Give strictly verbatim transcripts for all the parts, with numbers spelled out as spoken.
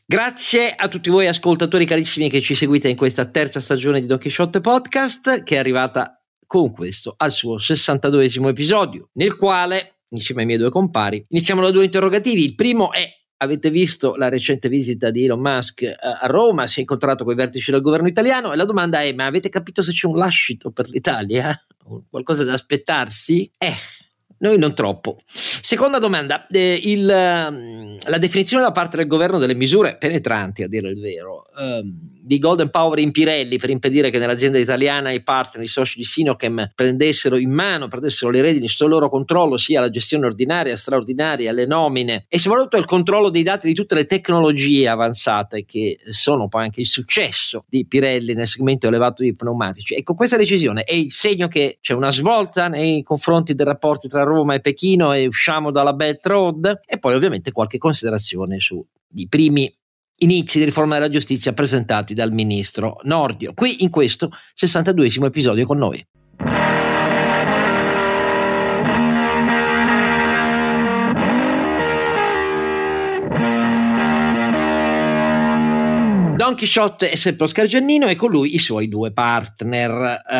Grazie a tutti voi ascoltatori carissimi che ci seguite in questa terza stagione di Don Chisciotte Podcast, che è arrivata con questo al suo sessantaduesimo episodio, nel quale, insieme ai miei due compari, iniziamo da due interrogativi. Il primo è: avete visto la recente visita di Elon Musk a Roma? Si è incontrato con i vertici del governo italiano, e la domanda è: ma avete capito se c'è un lascito per l'Italia? Qualcosa da aspettarsi? Eh, noi non troppo. Seconda domanda, eh, il, la definizione da parte del governo delle misure penetranti, a dire il vero, ehm, di Golden Power in Pirelli per impedire che nell'azienda italiana i partner, i soci di Sinochem prendessero in mano, prendessero le redini sul loro controllo, sia la gestione ordinaria, straordinaria, le nomine e soprattutto il controllo dei dati di tutte le tecnologie avanzate che sono poi anche il successo di Pirelli nel segmento elevato di pneumatici. Ecco, questa decisione è il segno che c'è una svolta nei confronti dei rapporti tra Roma e Pechino e usciamo dalla Belt Road, e poi ovviamente qualche considerazione sui primi inizi di riforma della giustizia presentati dal ministro Nordio, qui in questo sessantaduesimo episodio con noi. Don Chisciotte è sempre Oscar Giannino e con lui i suoi due partner.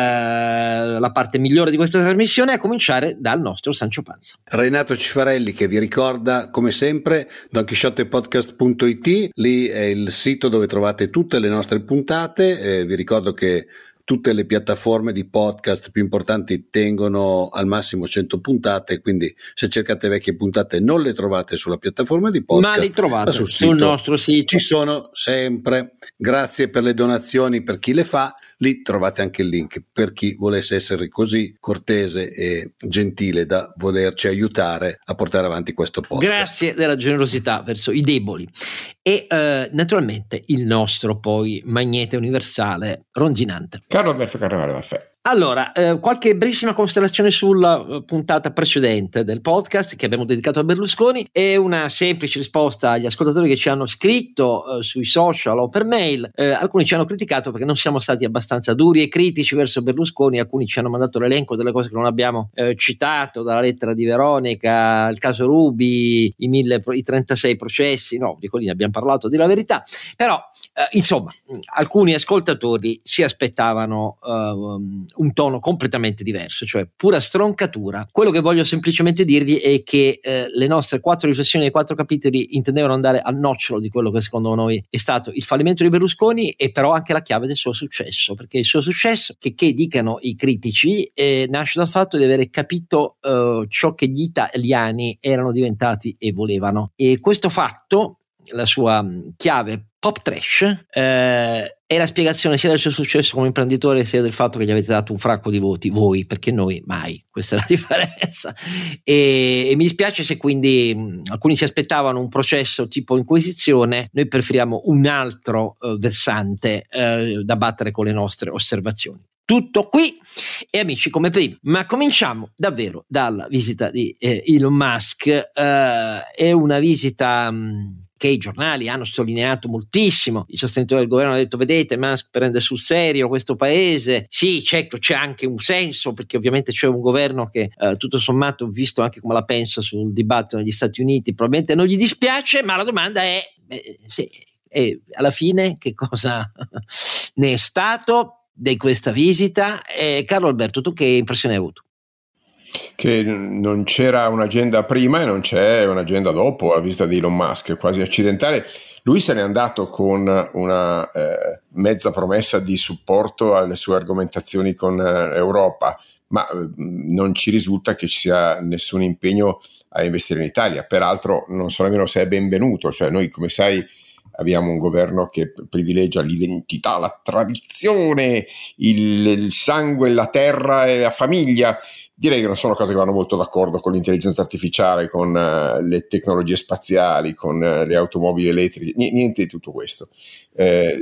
Eh, la parte migliore di questa trasmissione, a cominciare dal nostro Sancio Panza. Renato Cifarelli, che vi ricorda come sempre don chisciotte podcast punto it, lì è il sito dove trovate tutte le nostre puntate. Eh, vi ricordo che tutte le piattaforme di podcast più importanti tengono al massimo cento puntate, quindi se cercate vecchie puntate non le trovate sulla piattaforma di podcast, ma le trovate ma sul, sul sito. nostro sito. Ci sono sempre. Grazie per le donazioni per chi le fa, lì trovate anche il link per chi volesse essere così cortese e gentile da volerci aiutare a portare avanti questo podcast. Grazie della generosità verso i deboli. E eh, naturalmente il nostro poi magnete universale ronzinante Carlo Alberto Carnevale Maffè. Allora, eh, qualche brevissima considerazione sulla uh, puntata precedente del podcast che abbiamo dedicato a Berlusconi e una semplice risposta agli ascoltatori che ci hanno scritto uh, sui social o per mail. Eh, alcuni ci hanno criticato perché non siamo stati abbastanza duri e critici verso Berlusconi, alcuni ci hanno mandato l'elenco delle cose che non abbiamo eh, citato, dalla lettera di Veronica, il caso Ruby, i, mille, i trentasei processi. No, di quelli ne abbiamo parlato, di la verità, però eh, insomma alcuni ascoltatori si aspettavano uh, un tono completamente diverso, cioè pura stroncatura. Quello che voglio semplicemente dirvi è che eh, le nostre quattro riflessioni e quattro capitoli intendevano andare al nocciolo di quello che secondo noi è stato il fallimento di Berlusconi, e però anche la chiave del suo successo, perché il suo successo, che, che dicano i critici, eh, nasce dal fatto di avere capito eh, ciò che gli italiani erano diventati e volevano, e questo fatto, la sua chiave pop trash, eh, è la spiegazione sia del suo successo come imprenditore sia del fatto che gli avete dato un fracco di voti voi, perché noi mai. Questa è la differenza, e, e mi dispiace se quindi mh, alcuni si aspettavano un processo tipo inquisizione. Noi preferiamo un altro uh, versante uh, da battere con le nostre osservazioni. Tutto qui, e amici come prima, ma cominciamo davvero dalla visita di eh, Elon Musk. Eh, è una visita mh, che i giornali hanno sottolineato moltissimo. I sostenitori del governo hanno detto: vedete, Musk prende sul serio questo paese. Sì, certo, c'è anche un senso, perché ovviamente c'è un governo che eh, tutto sommato, visto anche come la pensa sul dibattito negli Stati Uniti, probabilmente non gli dispiace, ma la domanda è beh, sì, e alla fine che cosa ne è stato di questa visita? E Carlo Alberto, tu che impressione hai avuto? Che non c'era un'agenda prima e non c'è un'agenda dopo la visita di Elon Musk, quasi accidentale. Lui se n'è andato con una eh, mezza promessa di supporto alle sue argomentazioni con eh, Europa, ma eh, non ci risulta che ci sia nessun impegno a investire in Italia. Peraltro non so nemmeno se è benvenuto, cioè noi, come sai, abbiamo un governo che privilegia l'identità, la tradizione, il, il sangue, la terra e la famiglia. Direi che non sono cose che vanno molto d'accordo con l'intelligenza artificiale, con uh, le tecnologie spaziali, con uh, le automobili elettriche, N- niente di tutto questo. Eh,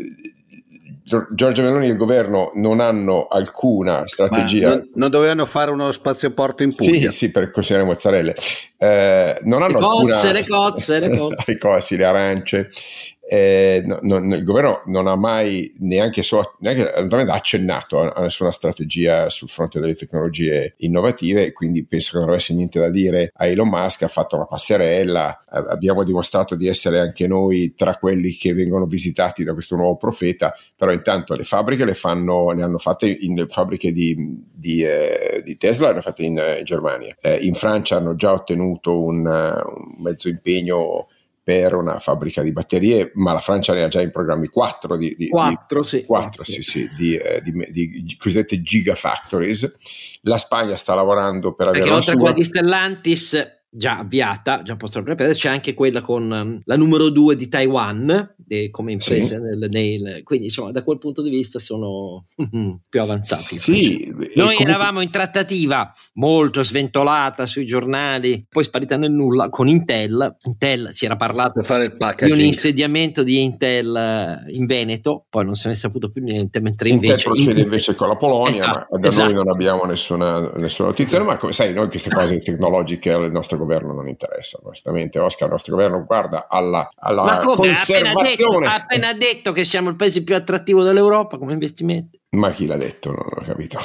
Giorgia Meloni e il governo non hanno alcuna strategia. Non, non dovevano fare uno spazioporto in Puglia? Sì, sì, per consegnare mozzarelle. Eh, non hanno le cozze, alcuna... le cozze, le cozze. le cozze, le arance. eh, no, no, il governo non ha mai neanche, solo, neanche accennato a, a nessuna strategia sul fronte delle tecnologie innovative, quindi penso che non avesse niente da dire a Elon Musk. Ha fatto una passerella, abbiamo dimostrato di essere anche noi tra quelli che vengono visitati da questo nuovo profeta, però intanto le fabbriche le fanno, le hanno fatte in fabbriche di, di, eh, di Tesla, le hanno fatte in, in Germania, eh, in Francia hanno già ottenuto un, un mezzo impegno per una fabbrica di batterie, ma la Francia ne ha già in programmi quattro di, di, quattro, di, sì, quattro, sì, sì, di, eh, di, di, di cosiddette gigafactories. La Spagna sta lavorando per avere perché oltre a sua... quella di Stellantis già avviata, già possono ripetere, c'è anche quella con um, la numero due di Taiwan eh, come imprese, sì. nel, nel, quindi insomma da quel punto di vista sono più avanzati. Sì, noi comunque... eravamo in trattativa molto sventolata sui giornali, poi sparita nel nulla con Intel. Intel si era parlato fare il di un insediamento di Intel in Veneto, poi non se ne è saputo più niente, mentre invece Intel procede in... invece con la Polonia, esatto, ma da esatto. noi non abbiamo nessuna, nessuna notizia, ma come sai, noi queste cose tecnologiche al nostro governo non interessano, onestamente. Oscar, il nostro governo guarda alla, alla ma come? conservazione. Ha appena, detto, ha appena detto che siamo il paese più attrattivo dell'Europa come investimenti. Ma chi l'ha detto? Non ho capito.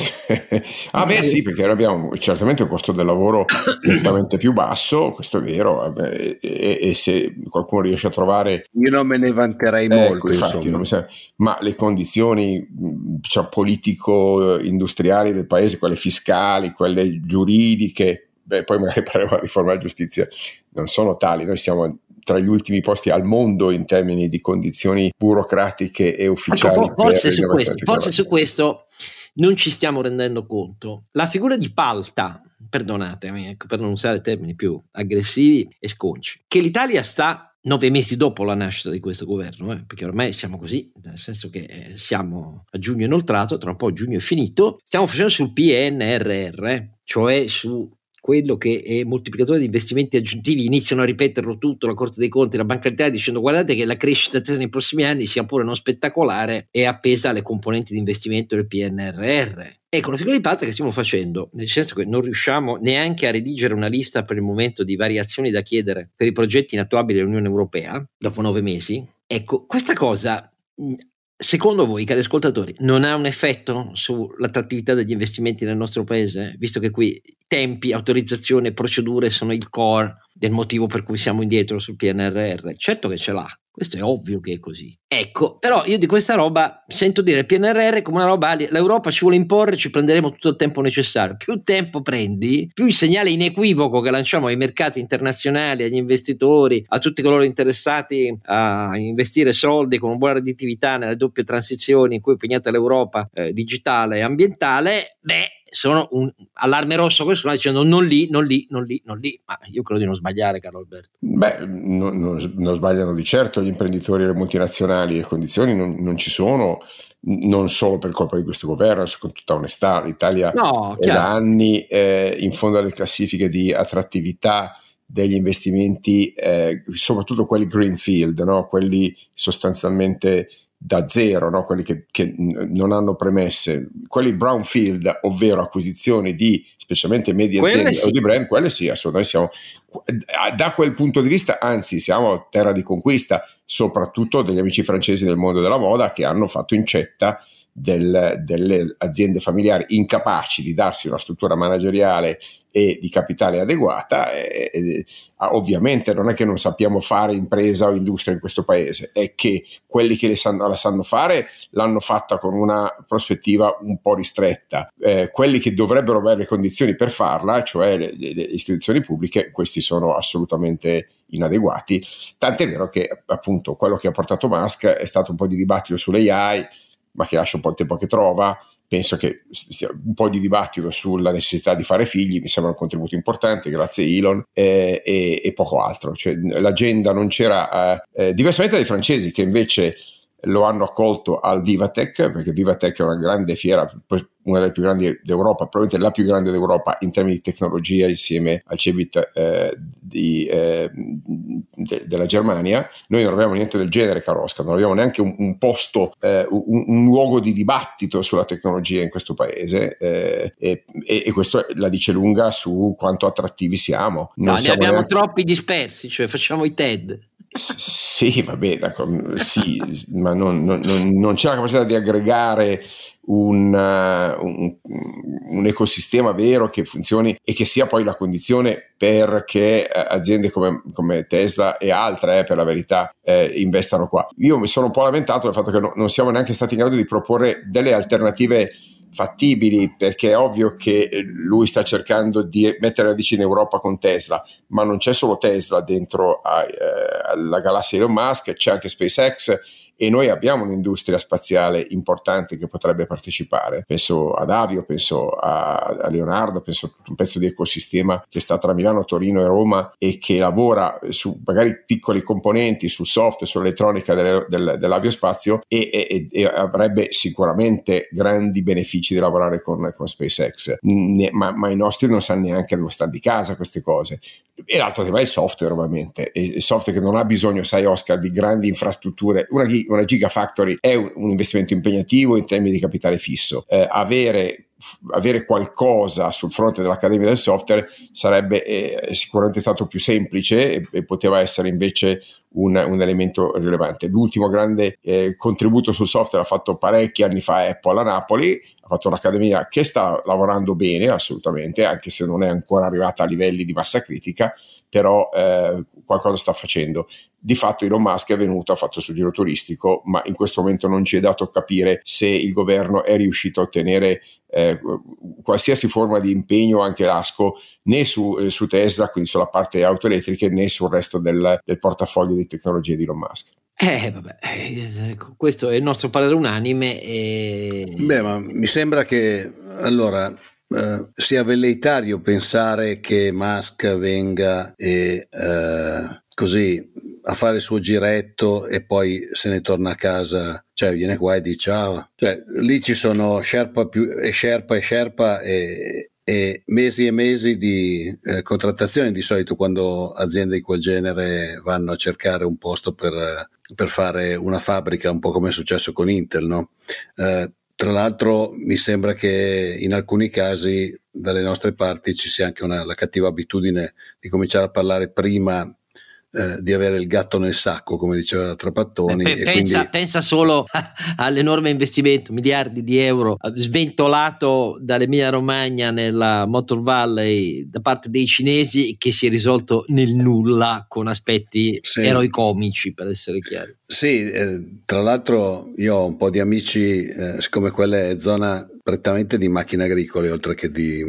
Ah beh sì, perché noi abbiamo certamente un costo del lavoro nettamente più basso, questo è vero, e, e, e se qualcuno riesce a trovare... Io non me ne vanterei ecco, molto, infatti, non mi insomma. sa... ma le condizioni cioè, politico-industriali del paese, quelle fiscali, quelle giuridiche, beh, poi magari parleremo della riforma della giustizia, non sono tali. Noi siamo tra gli ultimi posti al mondo in termini di condizioni burocratiche e ufficiali. Ecco, forse, su questo, forse su questo non ci stiamo rendendo conto. La figura di Palta, perdonatemi, ecco, per non usare termini più aggressivi e sconci, che l'Italia sta nove mesi dopo la nascita di questo governo, eh, perché ormai siamo così, nel senso che eh, siamo a giugno inoltrato, tra un po' giugno è finito, stiamo facendo sul P N R R, cioè su quello che è moltiplicatore di investimenti aggiuntivi. Iniziano a ripeterlo tutto la Corte dei Conti, la Banca d'Italia, dicendo guardate che la crescita attesa nei prossimi anni, sia pure non spettacolare, è appesa alle componenti di investimento del P N R R. Ecco, la figura di Palta che stiamo facendo, nel senso che non riusciamo neanche a redigere una lista per il momento di variazioni da chiedere per i progetti inattuabili dell'Unione Europea dopo nove mesi. Ecco, questa cosa, secondo voi, cari ascoltatori, non ha un effetto sull'attrattività degli investimenti nel nostro paese? Visto che qui tempi, autorizzazione e procedure sono il core del motivo per cui siamo indietro sul P N R R. Certo che ce l'ha, questo è ovvio che è così. Ecco, però io di questa roba sento dire il P N R R come una roba, l'Europa ci vuole imporre, ci prenderemo tutto il tempo necessario. Più tempo prendi, più il segnale inequivoco che lanciamo ai mercati internazionali, agli investitori, a tutti coloro interessati a investire soldi con una buona redditività nelle doppie transizioni in cui è impegnata l'Europa eh, digitale e ambientale, beh, sono un allarme rosso, questo sta dicendo non lì, non lì, non lì, non lì, ma io credo di non sbagliare, Carlo Alberto. Beh, non, non, non sbagliano di certo gli imprenditori e le multinazionali, le condizioni non, non ci sono, non solo per colpa di questo governo, con tutta onestà. L'Italia no, è da anni eh, in fondo alle classifiche di attrattività degli investimenti, eh, soprattutto quelli greenfield, no? Quelli sostanzialmente da zero, no? Quelli che, che non hanno premesse, quelli brownfield, ovvero acquisizioni di specialmente medie quelle aziende sì. o di brand, quelle sì, assolutamente siamo da quel punto di vista, anzi siamo terra di conquista, soprattutto degli amici francesi del mondo della moda che hanno fatto incetta del, delle aziende familiari incapaci di darsi una struttura manageriale e di capitale adeguata. E, e, ovviamente non è che non sappiamo fare impresa o industria in questo paese, è che quelli che le sanno, la sanno fare l'hanno fatta con una prospettiva un po' ristretta, eh, quelli che dovrebbero avere le condizioni per farla, cioè le, le, le istituzioni pubbliche, questi sono assolutamente inadeguati, tant'è vero che appunto quello che ha portato Musk è stato un po' di dibattito sulle A I, ma che lascia un po' il tempo che trova. Penso che sia un po' di dibattito sulla necessità di fare figli, mi sembra un contributo importante, grazie Elon, eh, e, e poco altro. Cioè, l'agenda non c'era, eh, eh, diversamente dai francesi che invece lo hanno accolto al Vivatech, perché Vivatech è una grande fiera, una delle più grandi d'Europa, probabilmente la più grande d'Europa in termini di tecnologia, insieme al Cebit eh, di, eh, de, della Germania. Noi non abbiamo niente del genere, caro Oscar, non abbiamo neanche un, un posto, eh, un, un luogo di dibattito sulla tecnologia in questo paese, eh, e, e questo la dice lunga su quanto attrattivi siamo. Non no, siamo ne abbiamo neanche... troppi dispersi, cioè facciamo i TED. Sì, vabbè, sì, ma non, non, non c'è la capacità di aggregare un, un, un ecosistema vero che funzioni e che sia poi la condizione perché aziende come, come Tesla e altre, eh, per la verità, eh, investano qua. Io mi sono un po' lamentato del fatto che no, non siamo neanche stati in grado di proporre delle alternative fattibili, perché è ovvio che lui sta cercando di mettere radici in Europa con Tesla, ma non c'è solo Tesla dentro a, eh, alla galassia di Elon Musk, c'è anche SpaceX e noi abbiamo un'industria spaziale importante che potrebbe partecipare. Penso ad Avio, penso a, a Leonardo, penso a tutto un pezzo di ecosistema che sta tra Milano, Torino e Roma e che lavora su magari piccoli componenti, sul software, sull'elettronica del, del, dell'aviospazio e, e, e avrebbe sicuramente grandi benefici di lavorare con, con SpaceX, ne, ma, ma i nostri non sanno neanche dove stanno di casa queste cose. E l'altro tema è il software, ovviamente, e il software che non ha bisogno, sai Oscar, di grandi infrastrutture. Una, una Gigafactory è un, un investimento impegnativo in termini di capitale fisso. Eh, avere avere qualcosa sul fronte dell'Accademia del Software sarebbe eh, sicuramente stato più semplice e, e poteva essere invece un, un elemento rilevante. L'ultimo grande eh, contributo sul software l'ha fatto parecchi anni fa Apple a Napoli, ha fatto un'accademia che sta lavorando bene assolutamente, anche se non è ancora arrivata a livelli di massa critica, però eh, qualcosa sta facendo. Di fatto Elon Musk è venuto, ha fatto il suo giro turistico, ma in questo momento non ci è dato capire se il governo è riuscito a ottenere eh, qualsiasi forma di impegno, anche l'ASCO, né su, eh, su Tesla, quindi sulla parte auto elettriche, né sul resto del, del portafoglio di tecnologie di Elon Musk. Eh, vabbè, eh, questo è il nostro parere unanime. E... Beh, ma mi sembra che allora eh, sia velleitario pensare che Musk venga e eh, così a fare il suo giretto e poi se ne torna a casa, cioè viene qua e dice ah, cioè, lì ci sono Sherpa più, e Sherpa e Sherpa e e mesi e mesi di eh, contrattazione di solito quando aziende di quel genere vanno a cercare un posto per, per fare una fabbrica, un po' come è successo con Intel, no? Eh, tra l'altro mi sembra che in alcuni casi dalle nostre parti ci sia anche una, la cattiva abitudine di cominciare a parlare prima Eh, di avere il gatto nel sacco, come diceva Trapattoni. Beh, e pensa, quindi... pensa solo all'enorme investimento, miliardi di euro sventolato dall'Emilia Romagna nella Motor Valley da parte dei cinesi, che si è risolto nel nulla con aspetti sì. eroicomici, per essere chiari. Sì, eh, tra l'altro io ho un po' di amici, eh, siccome quella è zona prettamente di macchine agricole oltre che di,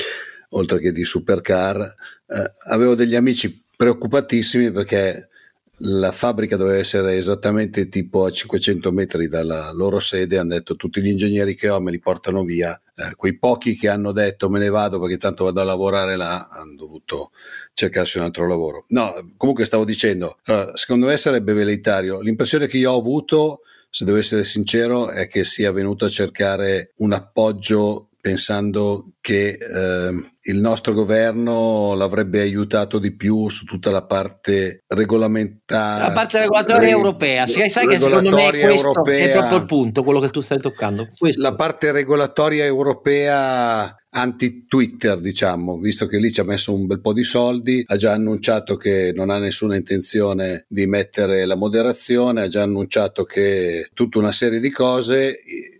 oltre che di supercar, eh, avevo degli amici preoccupatissimi perché la fabbrica doveva essere esattamente tipo a cinquecento metri dalla loro sede. Hanno detto tutti gli ingegneri che ho me li portano via, eh, quei pochi che hanno detto me ne vado perché tanto vado a lavorare là hanno dovuto cercarsi un altro lavoro. No, comunque stavo dicendo, allora, secondo me sarebbe velleitario. L'impressione che io ho avuto, se devo essere sincero, è che sia venuto a cercare un appoggio pensando che eh, il nostro governo l'avrebbe aiutato di più su tutta la parte regolamentare, la parte regolatoria re, europea. Sai, sai che secondo me questo europea, è proprio il punto, quello che tu stai toccando. Questo. La parte regolatoria europea anti-Twitter, diciamo, visto che lì ci ha messo un bel po' di soldi, ha già annunciato che non ha nessuna intenzione di mettere la moderazione, ha già annunciato che tutta una serie di cose.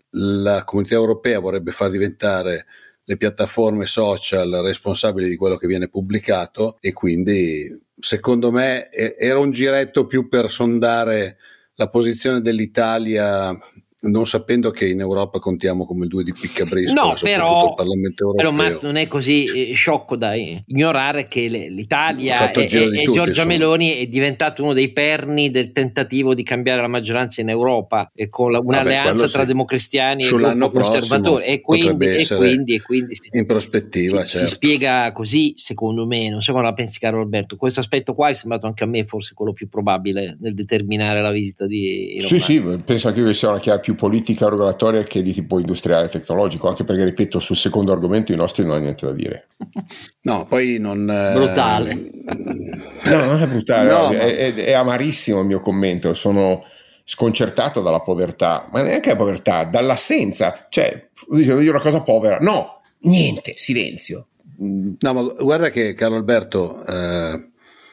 La Comunità Europea vorrebbe far diventare le piattaforme social responsabili di quello che viene pubblicato e quindi secondo me era un giretto più per sondare la posizione dell'Italia, non sapendo che in Europa contiamo come il due di Piccabriscola, no, però, il Parlamento europeo. Però non è così sciocco da ignorare che l'Italia e, e tutti, Giorgia insomma. Meloni è diventato uno dei perni del tentativo di cambiare la maggioranza in Europa e con la, un'alleanza tra sì. democristiani e Sull'anno conservatori e quindi, e quindi, e quindi in prospettiva si, certo. si spiega così, secondo me. Non so come la pensi, caro Alberto. Questo aspetto qua è sembrato anche a me forse quello più probabile nel determinare la visita di Elon sì Musk. sì, penso anche che sia una chiave più politica regolatoria che di tipo industriale e tecnologico, anche perché ripeto, sul secondo argomento i nostri non hanno niente da dire. No, poi non brutale no, non è brutale, no, è, ma... è, è amarissimo il mio commento. Sono sconcertato dalla povertà, ma neanche la povertà, dall'assenza. Cioè, dicevo io una cosa povera, no, niente, silenzio. No, ma guarda che, caro Alberto, eh,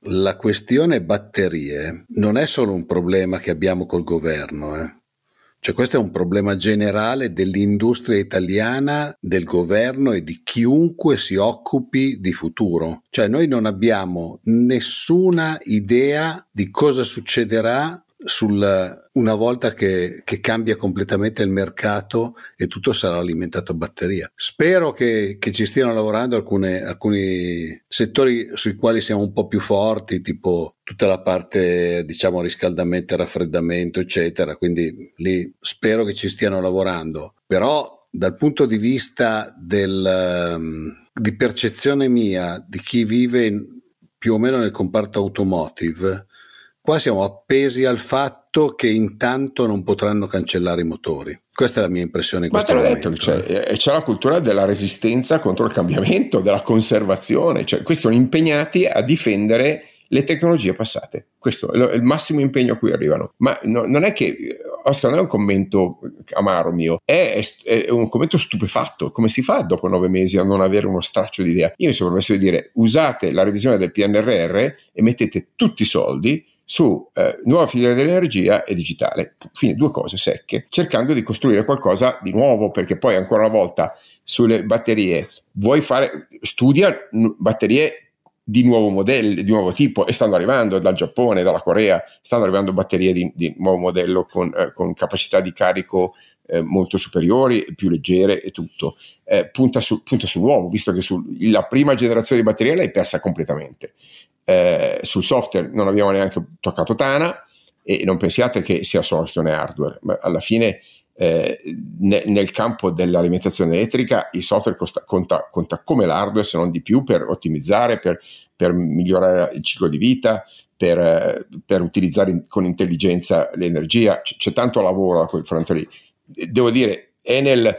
La questione batterie non è solo un problema che abbiamo col governo, eh. Cioè questo è un problema generale dell'industria italiana, del governo e di chiunque si occupi di futuro. Cioè noi non abbiamo nessuna idea di cosa succederà sul, una volta che, che cambia completamente il mercato e tutto sarà alimentato a batteria. Spero che, che ci stiano lavorando alcune, alcuni settori sui quali siamo un po' più forti, tipo tutta la parte, diciamo, riscaldamento e raffreddamento, eccetera. Quindi lì spero che ci stiano lavorando. Però dal punto di vista del, um, di percezione mia, di chi vive in, più o meno nel comparto automotive, qua siamo appesi al fatto che intanto non potranno cancellare i motori. Questa è la mia impressione in questo Ma te l'ho momento. detto, cioè, eh. c'è la cultura della resistenza contro il cambiamento, della conservazione. Cioè, questi sono impegnati a difendere le tecnologie passate. Questo è il massimo impegno a cui arrivano. Ma no, non è che, Oscar, non è un commento amaro mio, è, è, è un commento stupefatto. Come si fa dopo nove mesi a non avere uno straccio di idea? Io mi sono permesso di dire: usate la revisione del P N R R e mettete tutti i soldi su eh, nuova filiera dell'energia e digitale, fine, due cose secche, cercando di costruire qualcosa di nuovo, perché poi ancora una volta sulle batterie vuoi fare, studia n- batterie di nuovo modello, di nuovo tipo, e stanno arrivando dal Giappone, dalla Corea, stanno arrivando batterie di, di nuovo modello con, eh, con capacità di carico eh, molto superiori, più leggere e tutto. Eh, punta, su, punta sul nuovo, visto che su, la prima generazione di batterie l'hai persa completamente. Eh, sul software non abbiamo neanche toccato Tana, e non pensiate che sia solo questione hardware, ma alla fine eh, ne, nel campo dell'alimentazione elettrica il software costa, conta, conta come l'hardware, se non di più, per ottimizzare, per, per migliorare il ciclo di vita, per, per utilizzare in, con intelligenza l'energia. C- c'è tanto lavoro da quel fronte lì. Devo dire, Enel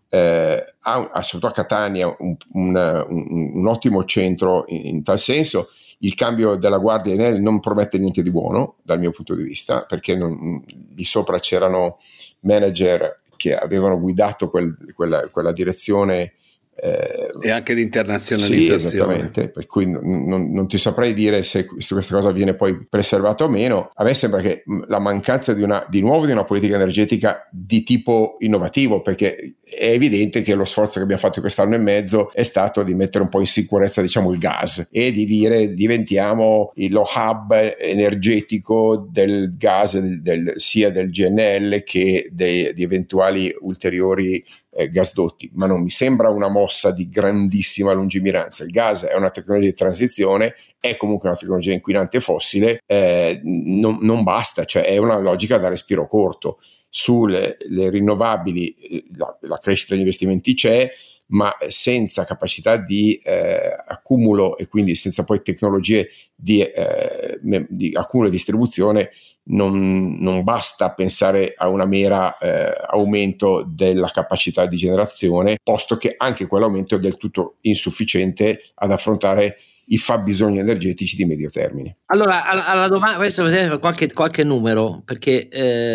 eh, ha, ha soprattutto a Catania un, un, un, un ottimo centro in, in tal senso. Il cambio della guardia Enel non promette niente di buono dal mio punto di vista, perché non, di sopra c'erano manager che avevano guidato quel, quella, quella direzione eh, e anche l'internazionalizzazione. Sì, esattamente, per cui non, non, non ti saprei dire se, se questa cosa viene poi preservata o meno. A me sembra che la mancanza di una di nuovo di una politica energetica di tipo innovativo, perché è evidente che lo sforzo che abbiamo fatto in quest'anno e mezzo è stato di mettere un po' in sicurezza, diciamo, il gas, e di dire diventiamo lo hub energetico del gas, del, del, sia del G N L che dei, di eventuali ulteriori eh, gasdotti. Ma non mi sembra una mossa di grandissima lungimiranza. Il gas è una tecnologia di transizione, è comunque una tecnologia inquinante fossile, eh, non, non basta, cioè è una logica da respiro corto. Sulle le rinnovabili la, la crescita degli investimenti c'è, ma senza capacità di eh, accumulo e quindi senza poi tecnologie di, eh, di accumulo e distribuzione non, non basta pensare a una mera eh, aumento della capacità di generazione, posto che anche quell'aumento è del tutto insufficiente ad affrontare i fabbisogni energetici di medio termine. Allora, alla, alla domanda, questo per esempio qualche, qualche numero, perché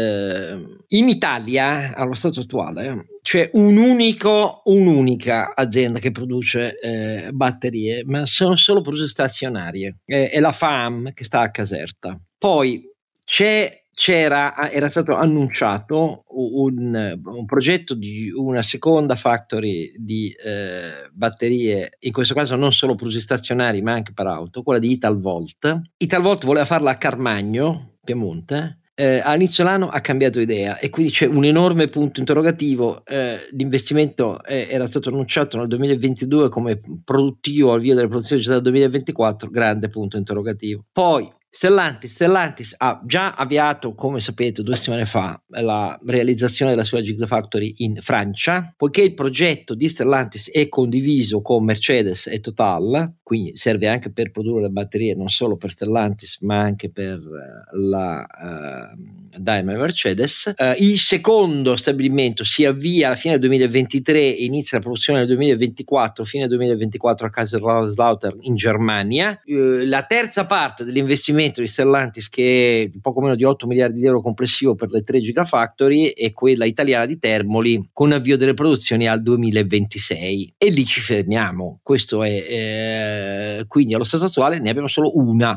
eh, in Italia allo stato attuale c'è un unico, un'unica azienda che produce eh, batterie, ma sono solo produzioni stazionarie, è, è la F A M che sta a Caserta. Poi c'è C'era, era stato annunciato un, un progetto di una seconda factory di eh, batterie, in questo caso non solo per usi stazionari ma anche per auto, quella di Italvolt. Italvolt voleva farla a Carmagno, Piemonte. Eh, all'inizio dell'anno ha cambiato idea e quindi c'è un enorme punto interrogativo. Eh, l'investimento eh, era stato annunciato nel duemilaventidue come produttivo al via delle produzioni già dal duemilaventiquattro, grande punto interrogativo. Poi Stellantis, Stellantis ha già avviato, come sapete, due settimane fa la realizzazione della sua Gigafactory in Francia, poiché il progetto di Stellantis è condiviso con Mercedes e Total, quindi serve anche per produrre le batterie non solo per Stellantis ma anche per la uh, Daimler Mercedes. Uh, il secondo stabilimento si avvia alla fine del duemilaventitré e inizia la produzione nel duemilaventiquattro, fine duemilaventiquattro a Kaiserslautern in Germania. Uh, la terza parte dell'investimento di Stellantis, che è poco meno di otto miliardi di euro complessivo per le tre Gigafactory, e quella italiana di Termoli con avvio delle produzioni al duemilaventisei, e lì ci fermiamo. Questo è eh, quindi allo stato attuale ne abbiamo solo una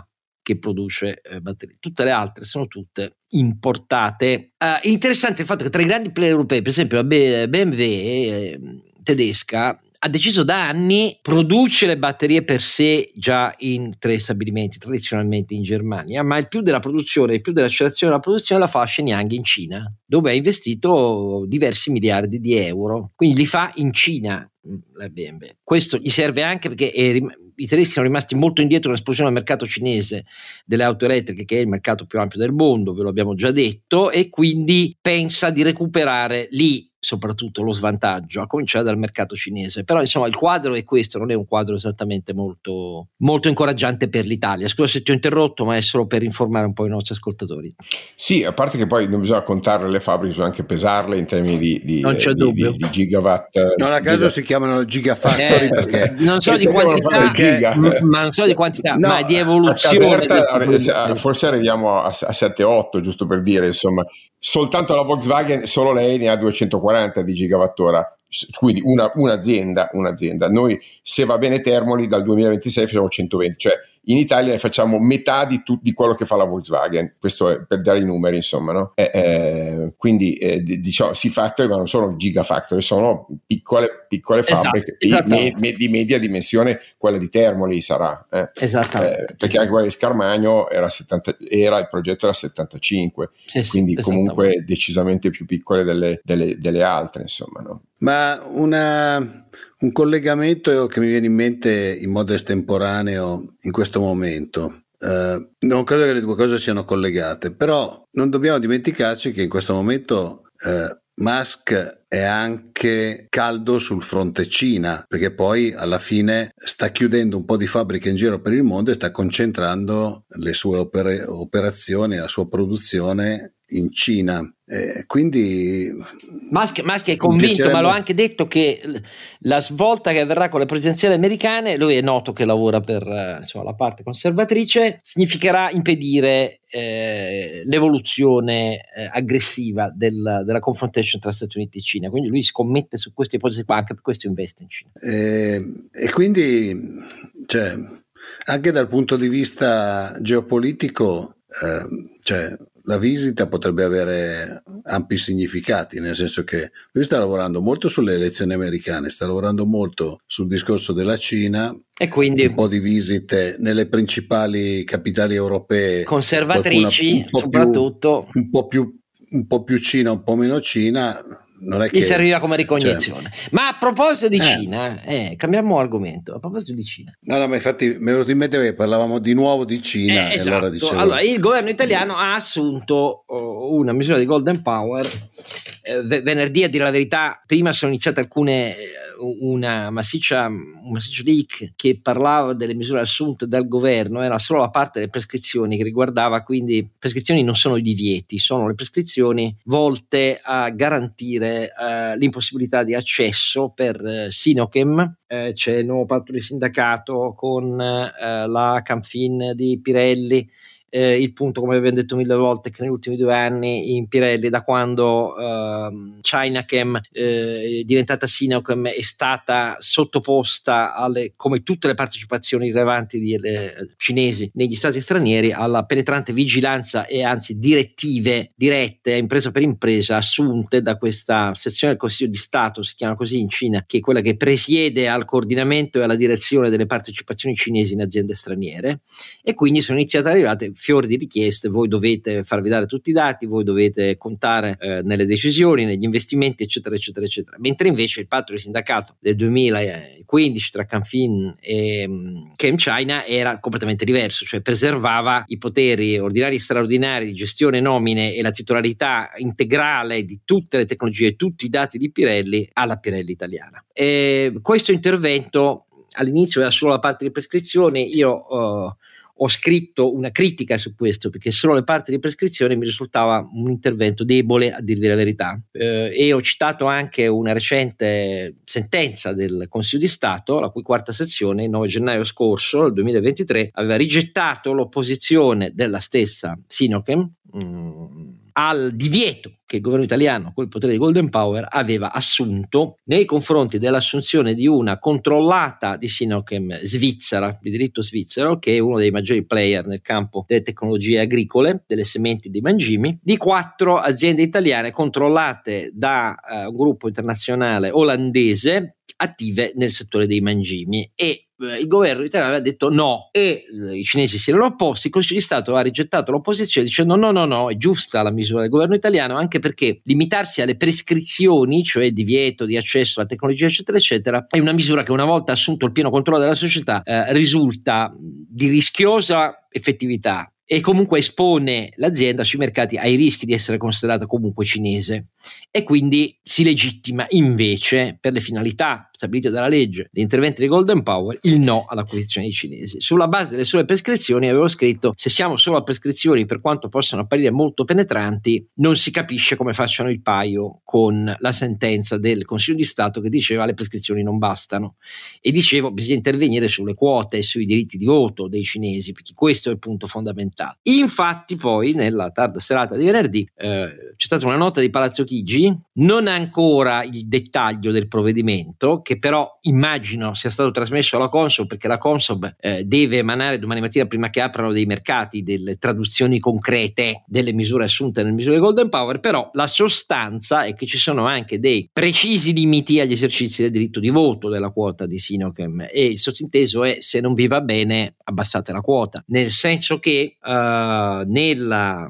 che produce eh, batterie, tutte le altre sono tutte importate. Uh, interessante il fatto che tra i grandi player europei, per esempio la B M W eh, tedesca, ha deciso da anni, produce le batterie per sé già in tre stabilimenti, tradizionalmente in Germania, ma il più della produzione, il più dell'accelerazione della produzione la fa a Shenyang in Cina, dove ha investito diversi miliardi di euro, quindi li fa in Cina la B M W. Questo gli serve anche perché è rim- i tedeschi sono rimasti molto indietro nell'esplosione del mercato cinese delle auto elettriche, che è il mercato più ampio del mondo, ve lo abbiamo già detto, e quindi pensa di recuperare lì soprattutto lo svantaggio, a cominciare dal mercato cinese. Però insomma il quadro è questo, non è un quadro esattamente molto, molto incoraggiante per l'Italia. Scusa se ti ho interrotto, ma è solo per informare un po' i nostri ascoltatori. Sì, a parte che poi non bisogna contarle le fabbriche, bisogna anche pesarle in termini di, di, non c'è di, dubbio. di, di gigawatt. Non a caso giga... si chiamano gigafactory eh, perché non so di quantità, giga. ma non so di quantità, no, ma di evoluzione. A Caserta, forse arriviamo a, a sette otto, giusto per dire, insomma, soltanto la Volkswagen, solo lei ne ha duecentoquaranta di gigawattora. Quindi una, un'azienda, un'azienda. Noi, se va bene Termoli, dal duemilaventisei facciamo centoventi, cioè in Italia ne facciamo metà di, tu, di quello che fa la Volkswagen. Questo è per dare i numeri, insomma, no? Eh, eh, quindi eh, diciamo si factory, ma non sono gigafactory, sono piccole, piccole fabbriche esatto, me, me, di media dimensione. Quella di Termoli sarà eh. Esattamente. Eh, perché anche quella di Scarmagno era, settanta, era il progetto era settantacinque, sì, quindi sì, comunque decisamente più piccole delle, delle, delle altre, insomma, no? Ma una, un collegamento che mi viene in mente in modo estemporaneo in questo momento, eh, non credo che le due cose siano collegate, però non dobbiamo dimenticarci che in questo momento eh, Musk è anche caldo sul fronte Cina, perché poi alla fine sta chiudendo un po' di fabbriche in giro per il mondo e sta concentrando le sue oper- operazioni, la sua produzione in Cina. Eh, quindi Musk, Musk è convinto, piacerebbe... ma l'ho anche detto che la svolta che avverrà con le presidenziali americane, lui è noto che lavora per insomma, la parte conservatrice, significherà impedire eh, l'evoluzione eh, aggressiva del, della confrontation tra Stati Uniti e Cina, quindi lui scommette su queste ipotesi qua, anche per questo investe in Cina. Eh, e quindi cioè, anche dal punto di vista geopolitico eh, cioè la visita potrebbe avere ampi significati, nel senso che lui sta lavorando molto sulle elezioni americane, sta lavorando molto sul discorso della Cina e quindi un po' di visite nelle principali capitali europee conservatrici, un po' soprattutto più, un po' più un po' più Cina, un po' meno Cina. Non è gli che serviva come ricognizione. Cioè, ma a proposito di eh. Cina, eh, cambiamo argomento. A proposito di Cina, no, no, ma infatti mi è venuto in mente che parlavamo di nuovo di Cina. Eh, e esatto. allora, dicevo... allora il governo italiano ha assunto oh, una misura di Golden Power. Eh, venerdì, a dire la verità, prima sono iniziate alcune una massiccia un massiccio leak che parlava delle misure assunte dal governo. Era solo la parte delle prescrizioni che riguardava, quindi prescrizioni non sono i divieti, sono le prescrizioni volte a garantire eh, l'impossibilità di accesso per eh, Sinochem. Eh, c'è il nuovo patto di sindacato con eh, la Camfin di Pirelli. Eh, il punto, come abbiamo detto mille volte, che negli ultimi due anni in Pirelli, da quando eh, Chinachem eh, è diventata Sinochem, è stata sottoposta alle, come tutte le partecipazioni rilevanti di, eh, cinesi negli stati stranieri, alla penetrante vigilanza e anzi direttive dirette impresa per impresa assunte da questa sezione del Consiglio di Stato, si chiama così in Cina, che è quella che presiede al coordinamento e alla direzione delle partecipazioni cinesi in aziende straniere. E quindi sono iniziate ad arrivare fiori di richieste: voi dovete farvi dare tutti i dati, voi dovete contare eh, nelle decisioni, negli investimenti, eccetera eccetera eccetera. Mentre invece il patto di sindacato del duemilaquindici tra Camfin e um, ChemChina era completamente diverso, cioè preservava i poteri ordinari e straordinari di gestione, nomine e la titolarità integrale di tutte le tecnologie e tutti i dati di Pirelli alla Pirelli italiana. E questo intervento all'inizio era solo la parte di prescrizione. Io uh, ho scritto una critica su questo, perché solo le parti di prescrizione mi risultava un intervento debole, a dirvi la verità, eh, e ho citato anche una recente sentenza del Consiglio di Stato, la cui quarta sezione il nove gennaio scorso, il duemilaventitré, aveva rigettato l'opposizione della stessa Sinochem mh, al divieto che il governo italiano, col potere di Golden Power, aveva assunto nei confronti dell'assunzione di una controllata di Sinochem svizzera, di diritto svizzero, che è uno dei maggiori player nel campo delle tecnologie agricole, delle sementi dei mangimi, di quattro aziende italiane controllate da uh, un gruppo internazionale olandese attive nel settore dei mangimi, e eh, il governo italiano aveva detto no, e eh, i cinesi si erano opposti. Il Consiglio di Stato ha rigettato l'opposizione dicendo no no no, è giusta la misura del governo italiano, anche perché limitarsi alle prescrizioni, cioè divieto di accesso alla tecnologia eccetera eccetera, è una misura che, una volta assunto il pieno controllo della società, eh, risulta di rischiosa effettività e comunque espone l'azienda sui mercati ai rischi di essere considerata comunque cinese, e quindi si legittima invece, per le finalità stabilite dalla legge, gli interventi di Golden Power, il no all'acquisizione dei cinesi. Sulla base delle sole prescrizioni avevo scritto: se siamo solo a prescrizioni, per quanto possano apparire molto penetranti, non si capisce come facciano il paio con la sentenza del Consiglio di Stato che diceva le prescrizioni non bastano, e dicevo bisogna intervenire sulle quote e sui diritti di voto dei cinesi, perché questo è il punto fondamentale. Infatti poi nella tarda serata di venerdì eh, c'è stata una nota di Palazzo Chigi, non ancora il dettaglio del provvedimento, che però immagino sia stato trasmesso alla Consob, perché la Consob eh, deve emanare domani mattina, prima che aprano dei mercati, delle traduzioni concrete delle misure assunte nelle misure Golden Power. Però la sostanza è che ci sono anche dei precisi limiti agli esercizi del diritto di voto della quota di Sinochem, e il sottinteso è: se non vi va bene abbassate la quota, nel senso che uh, nella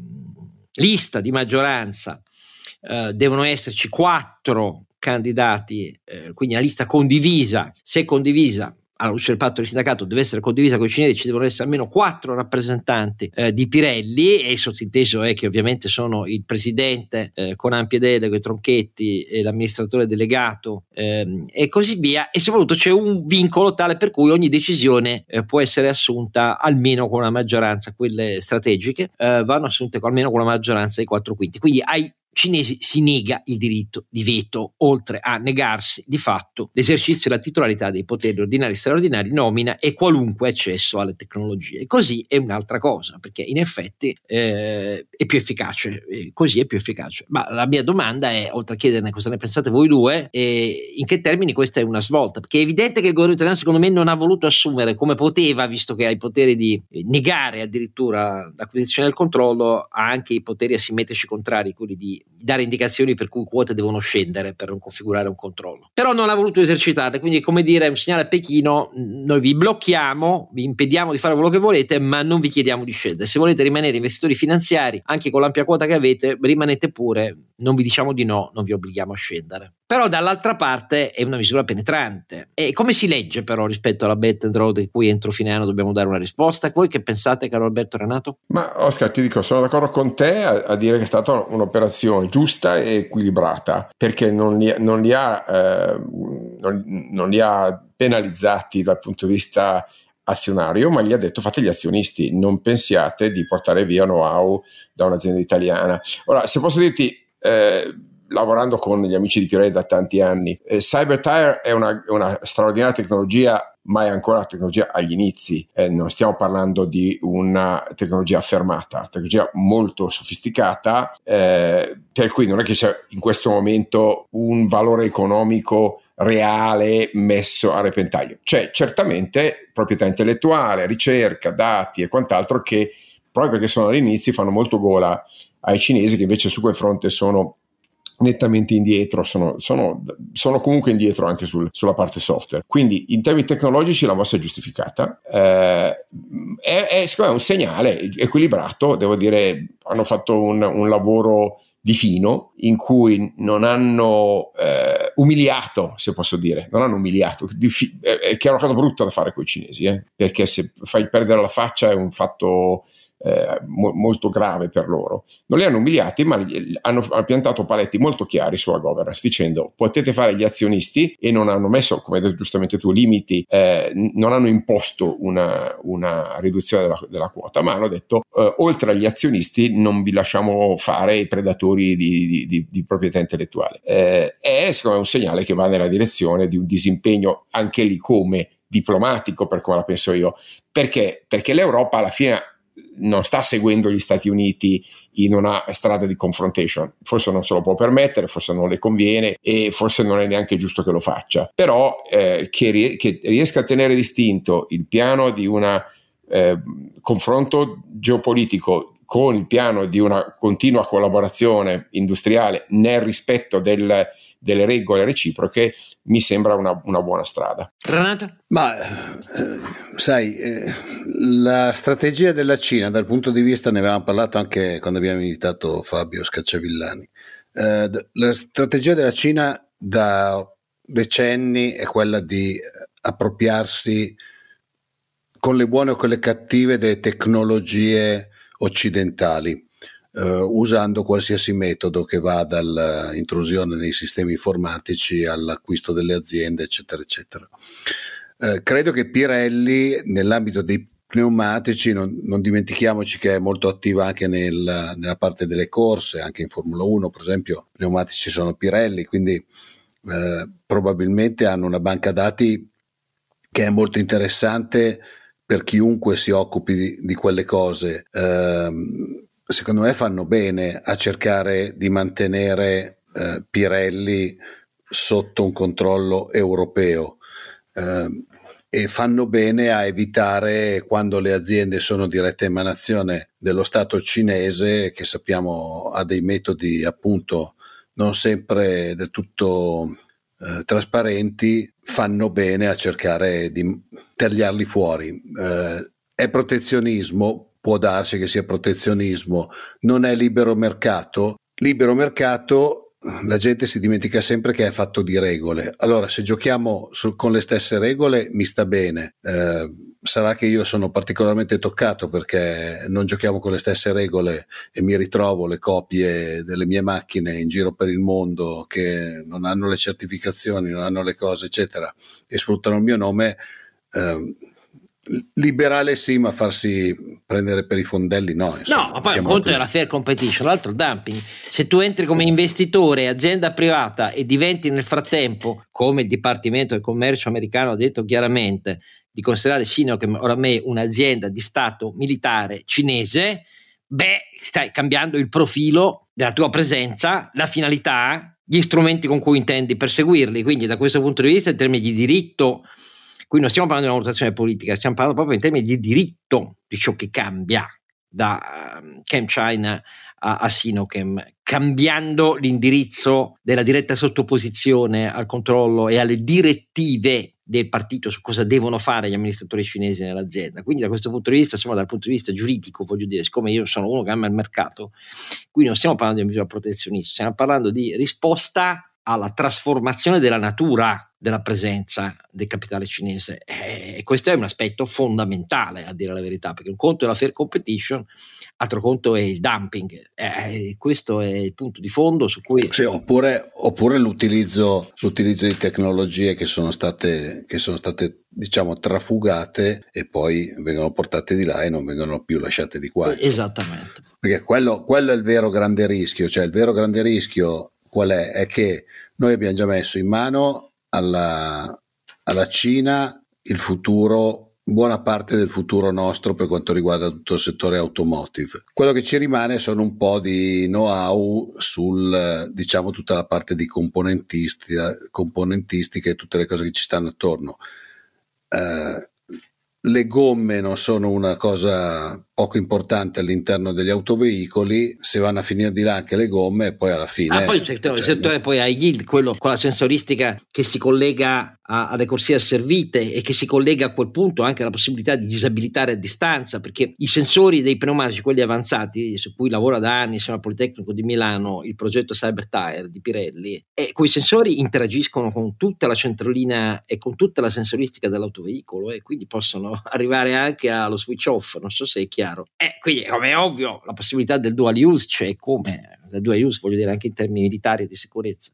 mh, lista di maggioranza uh, devono esserci quattro candidati, eh, quindi una lista condivisa. Se condivisa alla luce del patto di sindacato deve essere condivisa con i cinesi, ci devono essere almeno quattro rappresentanti eh, di Pirelli, e il sottinteso è che ovviamente sono il presidente eh, con ampie deleghe, Tronchetti, e l'amministratore delegato ehm, e così via, e soprattutto c'è un vincolo tale per cui ogni decisione eh, può essere assunta almeno con una maggioranza, quelle strategiche eh, vanno assunte almeno con la maggioranza dei quattro quinti, quindi ai cinesi si nega il diritto di veto, oltre a negarsi di fatto l'esercizio e la titolarità dei poteri ordinari e straordinari, nomina e qualunque accesso alle tecnologie. Così è un'altra cosa, perché in effetti eh, è più efficace, eh, così è più efficace. Ma la mia domanda è, oltre a chiederne cosa ne pensate voi due, eh, in che termini questa è una svolta, perché è evidente che il governo italiano secondo me non ha voluto assumere, come poteva, visto che ha i poteri di negare addirittura l'acquisizione del controllo, ha anche i poteri asimmetrici contrari, quelli di dare indicazioni per cui quote devono scendere per non configurare un controllo, però non l'ha voluto esercitare. Quindi, come dire, un segnale a Pechino: noi vi blocchiamo, vi impediamo di fare quello che volete, ma non vi chiediamo di scendere. Se volete rimanere investitori finanziari anche con l'ampia quota che avete, rimanete pure, non vi diciamo di no, non vi obblighiamo a scendere. Però dall'altra parte è una misura penetrante. E come si legge però rispetto alla Belt and Road, di cui entro fine anno dobbiamo dare una risposta? Voi che pensate, caro Alberto Renato? Ma Oscar, ti dico, sono d'accordo con te a, a dire che è stata un'operazione giusta e equilibrata, perché non li, non li ha eh, non, non li ha penalizzati dal punto di vista azionario, ma gli ha detto: fate gli azionisti, non pensiate di portare via know-how da un'azienda italiana. Ora, se posso dirti, eh, lavorando con gli amici di Pirelli da tanti anni, eh, CyberTire è una, una straordinaria tecnologia, ma è ancora una tecnologia agli inizi. Eh, non stiamo parlando di una tecnologia affermata, una tecnologia molto sofisticata, eh, per cui non è che c'è in questo momento un valore economico reale messo a repentaglio. C'è certamente proprietà intellettuale, ricerca, dati e quant'altro che, proprio perché sono agli inizi, fanno molto gola ai cinesi, che invece su quel fronte sono nettamente indietro, sono, sono, sono comunque indietro anche sul, sulla parte software. Quindi in termini tecnologici la mossa è giustificata, eh, è, è secondo me un segnale equilibrato. Devo dire, hanno fatto un, un lavoro di fino, in cui non hanno eh, umiliato, se posso dire, non hanno umiliato, di fi- eh, che è una cosa brutta da fare con i cinesi, eh, perché se fai perdere la faccia è un fatto Eh, mo- molto grave per loro. Non li hanno umiliati, ma li, hanno, hanno piantato paletti molto chiari sulla governance, dicendo: potete fare gli azionisti, e non hanno messo, come hai detto giustamente tu, limiti, eh, non hanno imposto una, una riduzione della, della quota, ma hanno detto eh, oltre agli azionisti non vi lasciamo fare i predatori di, di, di, di proprietà intellettuale. Eh, è secondo me un segnale che va nella direzione di un disimpegno, anche lì come diplomatico, per come la penso io, perché, perché l'Europa alla fine non sta seguendo gli Stati Uniti in una strada di confrontation, forse non se lo può permettere, forse non le conviene e forse non è neanche giusto che lo faccia, però eh, che, rie- che riesca a tenere distinto il piano di un eh, confronto geopolitico con il piano di una continua collaborazione industriale nel rispetto del, delle regole reciproche, mi sembra una, una buona strada. Renato? Ma eh, sai, eh, la strategia della Cina dal punto di vista, ne avevamo parlato anche quando abbiamo invitato Fabio Scacciavillani, eh, la strategia della Cina da decenni è quella di appropriarsi con le buone o con le cattive delle tecnologie occidentali, Uh, usando qualsiasi metodo che va dall'intrusione nei sistemi informatici all'acquisto delle aziende, eccetera, eccetera. Uh, credo che Pirelli, nell'ambito dei pneumatici, non, non dimentichiamoci che è molto attiva anche nel, nella parte delle corse, anche in Formula uno, per esempio, pneumatici sono Pirelli, quindi uh, probabilmente hanno una banca dati che è molto interessante per chiunque si occupi di, di quelle cose. Uh, Secondo me fanno bene a cercare di mantenere eh, Pirelli sotto un controllo europeo eh, e fanno bene a evitare, quando le aziende sono diretta emanazione dello Stato cinese, che sappiamo ha dei metodi appunto non sempre del tutto eh, trasparenti, fanno bene a cercare di tagliarli fuori. Eh, è protezionismo? Può darsi che sia protezionismo, non è libero mercato. Libero mercato, la gente si dimentica sempre che è fatto di regole. Allora, se giochiamo su, con le stesse regole, mi sta bene. Eh, sarà che io sono particolarmente toccato perché non giochiamo con le stesse regole e mi ritrovo le copie delle mie macchine in giro per il mondo che non hanno le certificazioni, non hanno le cose, eccetera, e sfruttano il mio nome. Eh, Liberale sì, ma farsi prendere per i fondelli no. Insomma, no, ma poi un conto è la fair competition, l'altro il dumping. Se tu entri come investitore, azienda privata, e diventi nel frattempo, come il Dipartimento del Commercio americano ha detto chiaramente, di considerare Sinochem oramai un'azienda di stato militare cinese, beh, stai cambiando il profilo della tua presenza, la finalità, gli strumenti con cui intendi perseguirli. Quindi da questo punto di vista, in termini di diritto, qui non stiamo parlando di una valutazione politica, stiamo parlando proprio in termini di diritto di ciò che cambia da um, ChemChina a, a Sinochem, cambiando l'indirizzo della diretta sottoposizione al controllo e alle direttive del partito su cosa devono fare gli amministratori cinesi nell'azienda. Quindi da questo punto di vista, insomma, dal punto di vista giuridico, voglio dire, siccome io sono uno che ama il mercato, qui non stiamo parlando di misura protezionista, stiamo parlando di risposta alla trasformazione della natura della presenza del capitale cinese, e questo è un aspetto fondamentale, a dire la verità, perché un conto è la fair competition, altro conto è il dumping, eh, questo è il punto di fondo su cui sì, oppure, oppure l'utilizzo, l'utilizzo di tecnologie che sono state che sono state diciamo trafugate e poi vengono portate di là e non vengono più lasciate di qua, insomma. Esattamente, perché quello, quello è il vero grande rischio, cioè il vero grande rischio qual è? È che noi abbiamo già messo in mano alla, alla Cina il futuro, buona parte del futuro nostro per quanto riguarda tutto il settore automotive. Quello che ci rimane sono un po' di know-how sul, diciamo, tutta la parte di componentistica, componentistica e tutte le cose che ci stanno attorno. Eh, le gomme non sono una cosa poco importante all'interno degli autoveicoli, se vanno a finire di là anche le gomme e poi alla fine ah, poi il settore, cioè, il settore poi ha yield, quello con la sensoristica che si collega a, alle corsie asservite e che si collega a quel punto anche alla possibilità di disabilitare a distanza, perché i sensori dei pneumatici, quelli avanzati su cui lavora da anni insieme al Politecnico di Milano il progetto Cyber Tire di Pirelli, e quei sensori interagiscono con tutta la centralina e con tutta la sensoristica dell'autoveicolo e quindi possono arrivare anche allo switch off, non so se è chiaro. E quindi, come è ovvio, la possibilità del dual use, cioè come del dual use voglio dire anche in termini militari e di sicurezza,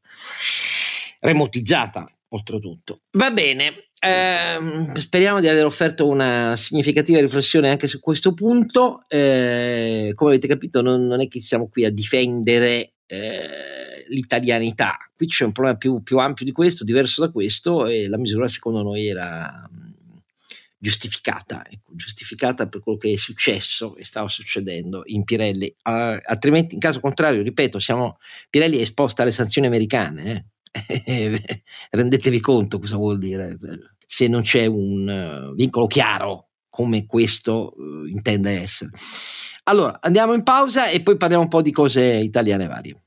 remotizzata oltretutto. Va bene, ehm, speriamo di aver offerto una significativa riflessione anche su questo punto. Eh, come avete capito, non, non è che siamo qui a difendere eh, l'italianità, qui c'è un problema più, più ampio di questo, diverso da questo, e la misura secondo noi era giustificata, ecco, giustificata per quello che è successo e stava succedendo in Pirelli. Uh, altrimenti, in caso contrario, ripeto, siamo, Pirelli è esposta alle sanzioni americane, eh? Rendetevi conto cosa vuol dire se non c'è un uh, vincolo chiaro come questo uh, intende essere. Allora, andiamo in pausa e poi parliamo un po' di cose italiane varie.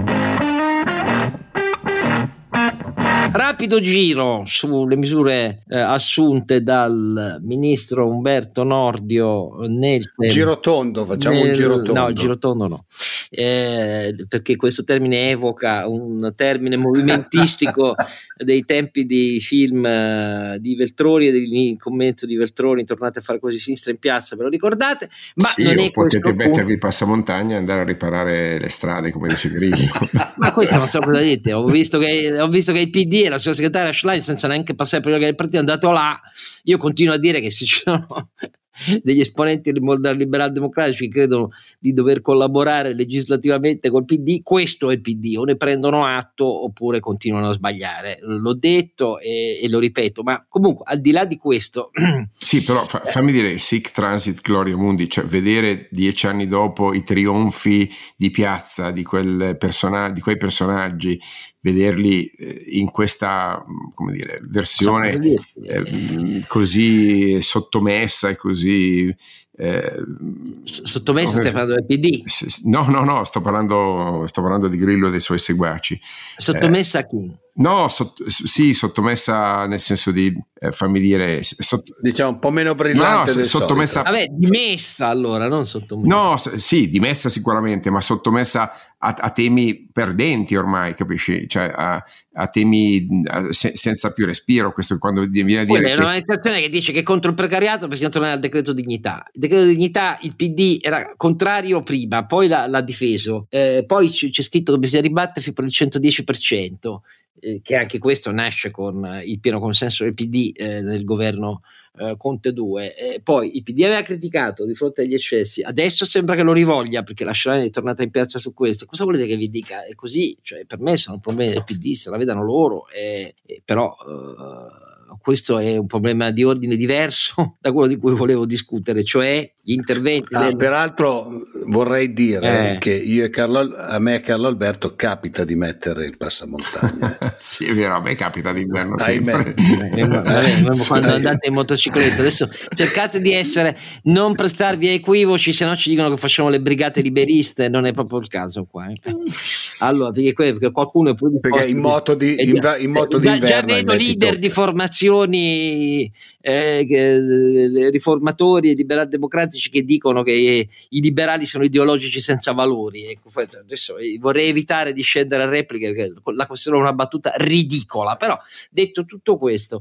Rapido giro sulle misure eh, assunte dal ministro Umberto Nordio nel girotondo, facciamo nel, un girotondo. No, girotondo no, eh, perché questo termine evoca un termine movimentistico dei tempi di film eh, di Veltroni e del commento di Veltroni, tornate a fare così sinistra in piazza, ve lo ricordate? Ma sì, non è potete mettervi punto. passamontagna e andare a riparare le strade, come dice Grillo. Ma questo non so cosa dite, ho visto che, ho visto che il P D e la sua segretaria Schlein, senza neanche passare per gli organi del partito, è andato là. Io continuo a dire che se ci sono degli esponenti del liberal democratici che credono di dover collaborare legislativamente col P D, questo è il P D, o ne prendono atto oppure continuano a sbagliare. L'ho detto e, e lo ripeto, ma comunque al di là di questo sì, però fa, fammi dire sic transit gloria mundi, cioè vedere dieci anni dopo i trionfi di piazza di, quel persona, di quei personaggi, vederli in questa, come dire, versione eh, così sottomessa e così eh, sottomessa. Stai parlando del P D? No, no, no, sto parlando, sto parlando di Grillo e dei suoi seguaci. Sottomessa eh, a chi? No, sott- sì, sottomessa nel senso di, eh, fammi dire, sott- diciamo un po' meno brillante, no, no, del sottomessa. solito. Vabbè, dimessa allora, non sottomessa. No, sì, dimessa sicuramente, ma sottomessa a, a temi perdenti ormai, capisci? Cioè a, a temi a, se, senza più respiro. Questo quando viene a dire Quella che è un'amministrazione che dice che contro il precariato bisogna tornare al decreto dignità. Il decreto dignità, il P D era contrario prima, poi l'ha, l'ha difeso, eh, poi c- c'è scritto che bisogna ribattersi per il centodieci per cento. Eh, che anche questo nasce con eh, il pieno consenso del P D eh, nel governo eh, Conte due. Eh, poi il P D aveva criticato di fronte agli eccessi, adesso sembra che lo rivoglia perché la Schlein è tornata in piazza su questo. Cosa volete che vi dica? È così, cioè, per me sono problemi del P D, se la vedano loro, eh, eh, però eh, questo è un problema di ordine diverso da quello di cui volevo discutere, cioè gli interventi. Ah, del... Peraltro vorrei dire eh. che io e Carlo, a me e Carlo Alberto capita di mettere il passamontagna. Sì, è vero, a me capita d'inverno sempre. Eh, vabbè, quando andate in motocicletta, adesso cercate di essere, non prestarvi a equivoci, se no ci dicono che facciamo le brigate liberiste, non è proprio il caso qua. Eh. Allora, perché, perché qualcuno è pure perché in moto di, eh, in, in moto già, d'inverno già vedo leader tocca. di formazioni eh, eh, riformatori e liberal democratici che dicono che eh, i liberali sono ideologici senza valori. Ecco, adesso vorrei evitare di scendere a repliche perché la questione è una battuta ridicola, però detto tutto questo,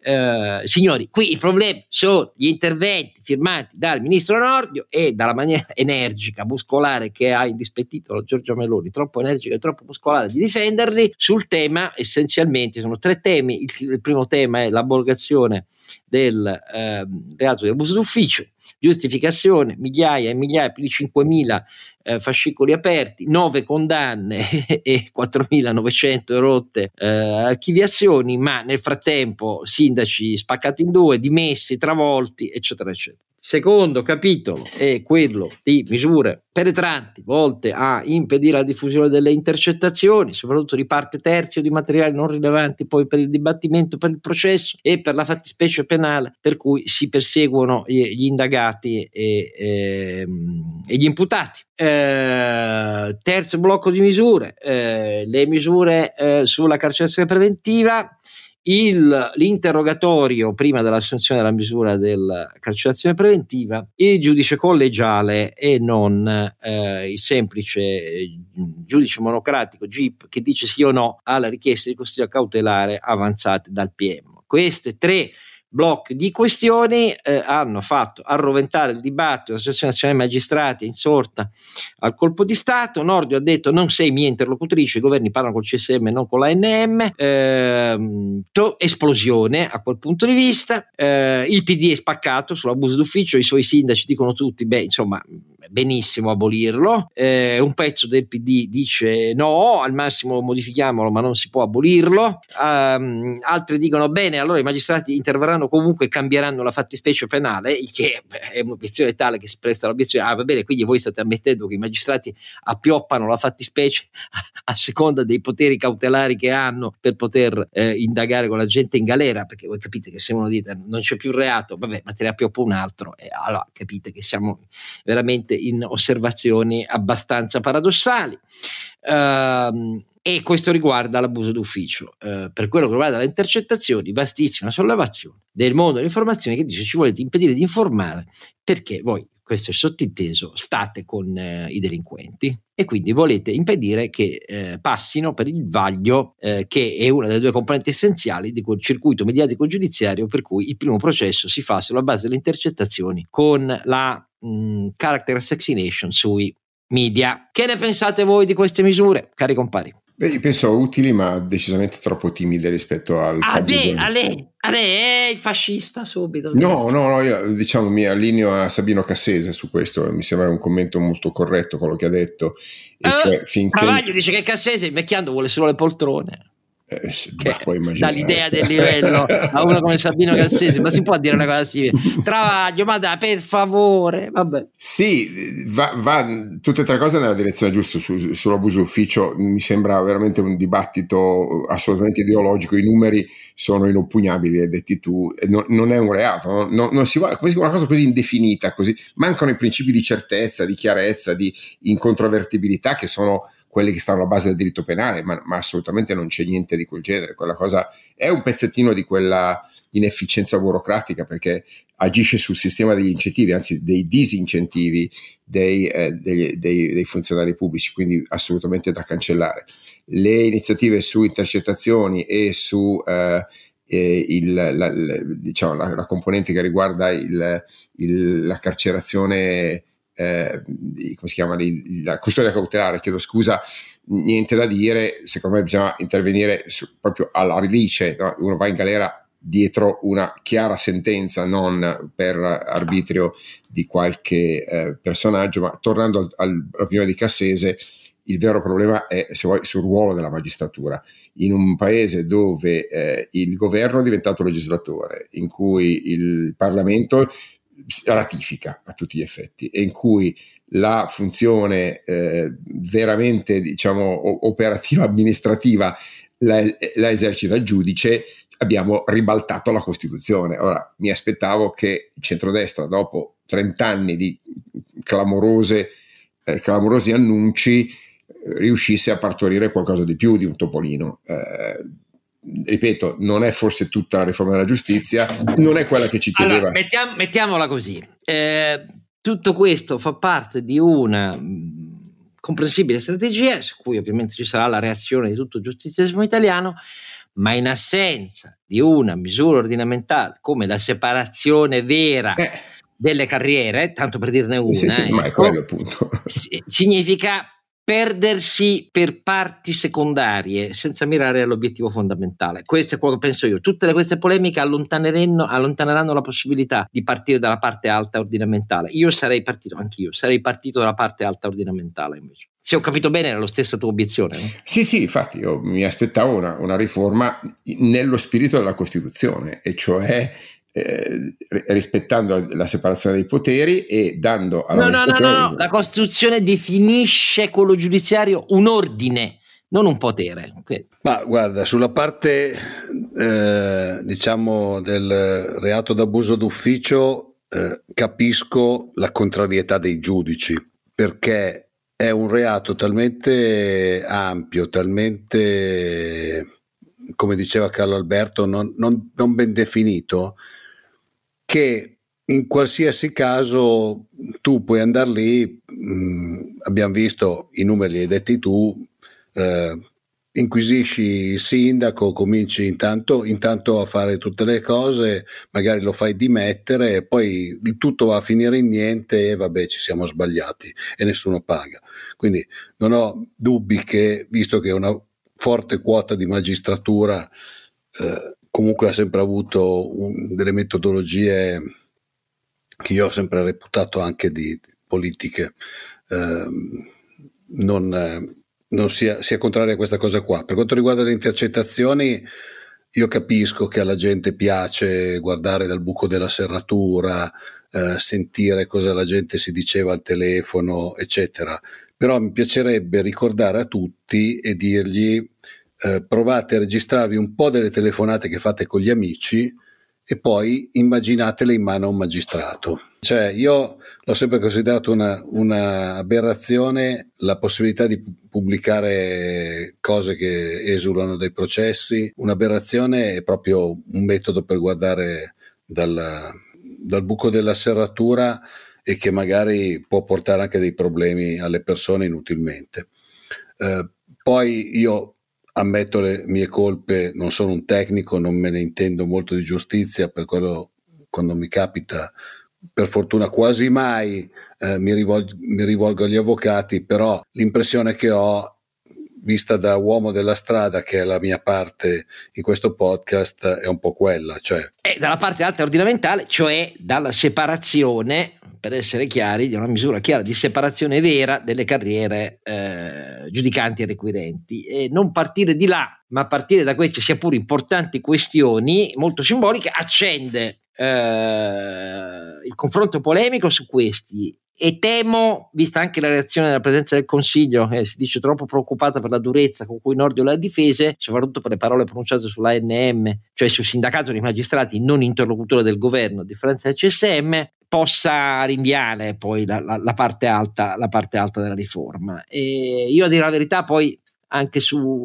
eh, signori, qui i problemi sono gli interventi firmati dal ministro Nordio e dalla maniera energica, muscolare che ha indispettito la Giorgia Meloni, troppo energica e troppo muscolare di difenderli sul tema. Essenzialmente sono tre temi. Il, il primo tema è l'abrogazione del eh, reato di abuso d'ufficio, giustificazione, migliaia e migliaia, più di cinquemila eh, fascicoli aperti, nove condanne e quattromilanovecento rotte eh, archiviazioni, ma nel frattempo sindaci spaccati in due, dimessi, travolti, eccetera eccetera. Secondo capitolo è quello di misure penetranti volte a impedire la diffusione delle intercettazioni, soprattutto di parte terzi o di materiali non rilevanti poi per il dibattimento, per il processo e per la fattispecie penale per cui si perseguono gli indagati e, e, e gli imputati. Eh, terzo blocco di misure, eh, le misure eh, sulla carcerazione preventiva. Il, l'interrogatorio prima dell'assunzione della misura della carcerazione preventiva, il giudice collegiale e non eh, il semplice giudice monocratico G I P che dice sì o no alla richiesta di custodia cautelare avanzate dal P M. Queste tre blocchi di questioni eh, hanno fatto arroventare il dibattito dell'Associazione Nazionale Magistrati insorta al colpo di Stato. Nordio ha detto non sei mia interlocutrice, i governi parlano col C S M non con l'A N M. Eh, to- esplosione a quel punto di vista. Eh, il P D è spaccato sull'abuso d'ufficio, i suoi sindaci dicono tutti beh insomma benissimo abolirlo, eh, un pezzo del P D dice no, al massimo modifichiamolo ma non si può abolirlo, um, altri dicono bene, allora i magistrati interverranno comunque e cambieranno la fattispecie penale, il che è un'obiezione tale che si presta all'obiezione, ah va bene, quindi voi state ammettendo che i magistrati appioppano la fattispecie a seconda dei poteri cautelari che hanno per poter eh, indagare con la gente in galera, perché voi capite che se uno dite non c'è più reato, vabbè, ma te ne appioppo un altro, e allora capite che siamo veramente in osservazioni abbastanza paradossali. Uh, e questo riguarda l'abuso d'ufficio. Uh, per quello che riguarda le intercettazioni, vastissima sollevazione del mondo dell'informazione che dice ci volete impedire di informare perché voi, questo è sottinteso, state con eh, i delinquenti e quindi volete impedire che eh, passino per il vaglio eh, che è una delle due componenti essenziali di quel circuito mediatico giudiziario per cui il primo processo si fa sulla base delle intercettazioni con la mh, character assassination sui media. Che ne pensate voi di queste misure, cari compari? Beh, io penso utili, ma decisamente troppo timide rispetto al a lei, a lei, a lei è il fascista subito. No, no, no, io diciamo mi allineo a Sabino Cassese su questo, mi sembra un commento molto corretto quello che ha detto. E eh, cioè, finché... Travaglio dice che Cassese invecchiando vuole solo le poltrone. Eh, che puoi immaginare, dall'idea del livello a uno come Sabino Cassese, ma si può dire una cosa simile? Travaglio, ma dai, per favore, vabbè. Sì, va, va tutte e tre cose nella direzione giusta. Su, sull'abuso d'ufficio mi sembra veramente un dibattito assolutamente ideologico, i numeri sono inoppugnabili, hai detti tu, non, non è un reato, non, non, non si vuole, una cosa così indefinita, così mancano i principi di certezza, di chiarezza, di incontrovertibilità che sono quelli che stanno alla base del diritto penale, ma, ma assolutamente non c'è niente di quel genere. Quella cosa è un pezzettino di quella inefficienza burocratica, perché agisce sul sistema degli incentivi, anzi dei disincentivi dei, eh, dei, dei, dei funzionari pubblici, quindi assolutamente da cancellare. Le iniziative su intercettazioni e su eh, eh, il, la, la, diciamo, la, la componente che riguarda il, il, la carcerazione, Eh, come si chiama, la custodia cautelare, chiedo scusa, niente da dire, secondo me bisogna intervenire su, proprio alla radice, no? Uno va in galera dietro una chiara sentenza, non per arbitrio di qualche eh, personaggio, ma tornando al, al, all'opinione di Cassese, il vero problema è, se vuoi, sul ruolo della magistratura. In un paese dove eh, il governo è diventato legislatore, in cui il Parlamento ratifica a tutti gli effetti e in cui la funzione eh, veramente, diciamo, operativa amministrativa la, la esercita il giudice, abbiamo ribaltato la Costituzione. Ora mi aspettavo che il centrodestra, dopo trent'anni di clamorose eh, clamorosi annunci, eh, riuscisse a partorire qualcosa di più di un topolino. eh, Ripeto, non è forse tutta la riforma della giustizia, non è quella che ci chiedeva. Allora, mettiam, mettiamola così, eh, tutto questo fa parte di una mh, comprensibile strategia su cui ovviamente ci sarà la reazione di tutto il giustizialismo italiano, ma in assenza di una misura ordinamentale come la separazione vera eh. delle carriere, tanto per dirne una, sì, sì, ecco, ma è quello appunto. Significa perdersi per parti secondarie senza mirare all'obiettivo fondamentale. Questo è quello che penso io. Tutte queste polemiche allontaneranno, allontaneranno la possibilità di partire dalla parte alta ordinamentale. Io sarei partito, anch'io, sarei partito dalla parte alta ordinamentale invece. Se ho capito bene era la stessa tua obiezione, no? Sì, sì, infatti io mi aspettavo una, una riforma nello spirito della Costituzione, e cioè Eh, rispettando la separazione dei poteri e dando alla no no no no, no. La Costituzione definisce quello giudiziario un ordine, non un potere. Ma guarda, sulla parte eh, diciamo del reato d'abuso d'ufficio eh, capisco la contrarietà dei giudici, perché è un reato talmente ampio, talmente, come diceva Carlo Alberto, non, non, non ben definito, che in qualsiasi caso tu puoi andare lì, mh, abbiamo visto i numeri, li hai detti tu, eh, inquisisci il sindaco, cominci intanto, intanto a fare tutte le cose, magari lo fai dimettere e poi il tutto va a finire in niente e vabbè, ci siamo sbagliati e nessuno paga. Quindi non ho dubbi che, visto che una forte quota di magistratura eh, comunque ha sempre avuto un, delle metodologie che io ho sempre reputato anche di, politiche eh, non, eh, non sia, sia contraria a questa cosa qua. Per quanto riguarda le intercettazioni, io capisco che alla gente piace guardare dal buco della serratura, eh, sentire cosa la gente si diceva al telefono, eccetera. Però mi piacerebbe ricordare a tutti e dirgli eh, provate a registrarvi un po' delle telefonate che fate con gli amici e poi immaginatele in mano a un magistrato. Cioè, io l'ho sempre considerato una, una aberrazione la possibilità di pubblicare cose che esulano dai processi. Un'aberrazione è proprio un metodo per guardare dal, dal buco della serratura e che magari può portare anche dei problemi alle persone inutilmente. Eh, poi io ammetto le mie colpe, non sono un tecnico, non me ne intendo molto di giustizia, per quello quando mi capita, per fortuna quasi mai eh, mi, rivolgo, mi rivolgo agli avvocati, però l'impressione che ho, vista da uomo della strada, che è la mia parte in questo podcast, è un po' quella. Cioè è dalla parte alta ordinamentale, cioè dalla separazione, per essere chiari, di una misura chiara di separazione vera delle carriere eh, giudicanti e requirenti, e non partire di là, ma partire da queste sia pure importanti questioni molto simboliche, accende eh, il confronto polemico su questi. E temo, vista anche la reazione della Presidenza del Consiglio, che si dice troppo preoccupata per la durezza con cui Nordio le ha difese, soprattutto per le parole pronunciate sull'A N M, cioè sul sindacato dei magistrati non interlocutore del governo, a differenza del C S M, possa rinviare poi la, la, la parte alta, la parte alta della riforma. E io, a dire la verità, poi anche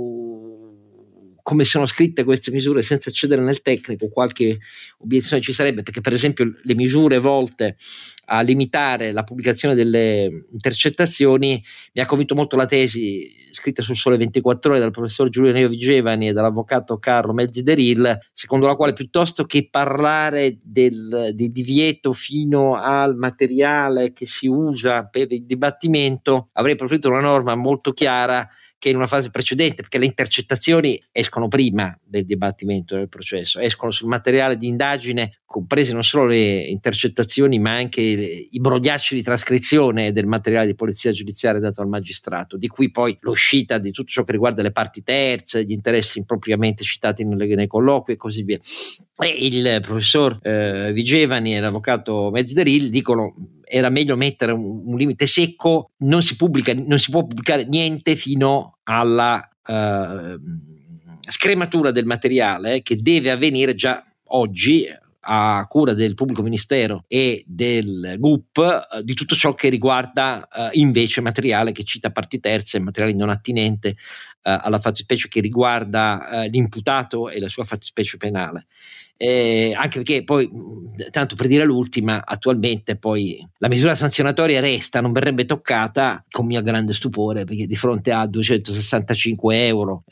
su come sono scritte queste misure, senza accedere nel tecnico, qualche obiezione ci sarebbe, perché per esempio le misure volte a limitare la pubblicazione delle intercettazioni, mi ha convinto molto la tesi scritta sul Sole ventiquattro Ore dal professor Giulio Vigevani e dall'avvocato Carlo Mezzi Deril, secondo la quale piuttosto che parlare del, del divieto fino al materiale che si usa per il dibattimento, avrei preferito una norma molto chiara che in una fase precedente, perché le intercettazioni escono prima del dibattimento del processo, escono sul materiale di indagine, comprese non solo le intercettazioni ma anche i brogliacci di trascrizione del materiale di polizia giudiziaria dato al magistrato, di cui poi l'uscita di tutto ciò che riguarda le parti terze, gli interessi impropriamente citati nei, nei colloqui e così via. E il professor eh, Vigevani e l'avvocato Mezderil dicono era meglio mettere un, un limite secco, non si pubblica, non si può pubblicare niente fino alla eh, scrematura del materiale, che deve avvenire già oggi a cura del pubblico ministero e del G U P, eh, di tutto ciò che riguarda eh, invece materiale che cita parti terze, materiale non attinente eh, alla fattispecie che riguarda eh, l'imputato e la sua fattispecie penale. Eh, anche perché poi, tanto per dire l'ultima, attualmente poi la misura sanzionatoria resta, non verrebbe toccata, con mio grande stupore, perché di fronte a duecentosessantacinque euro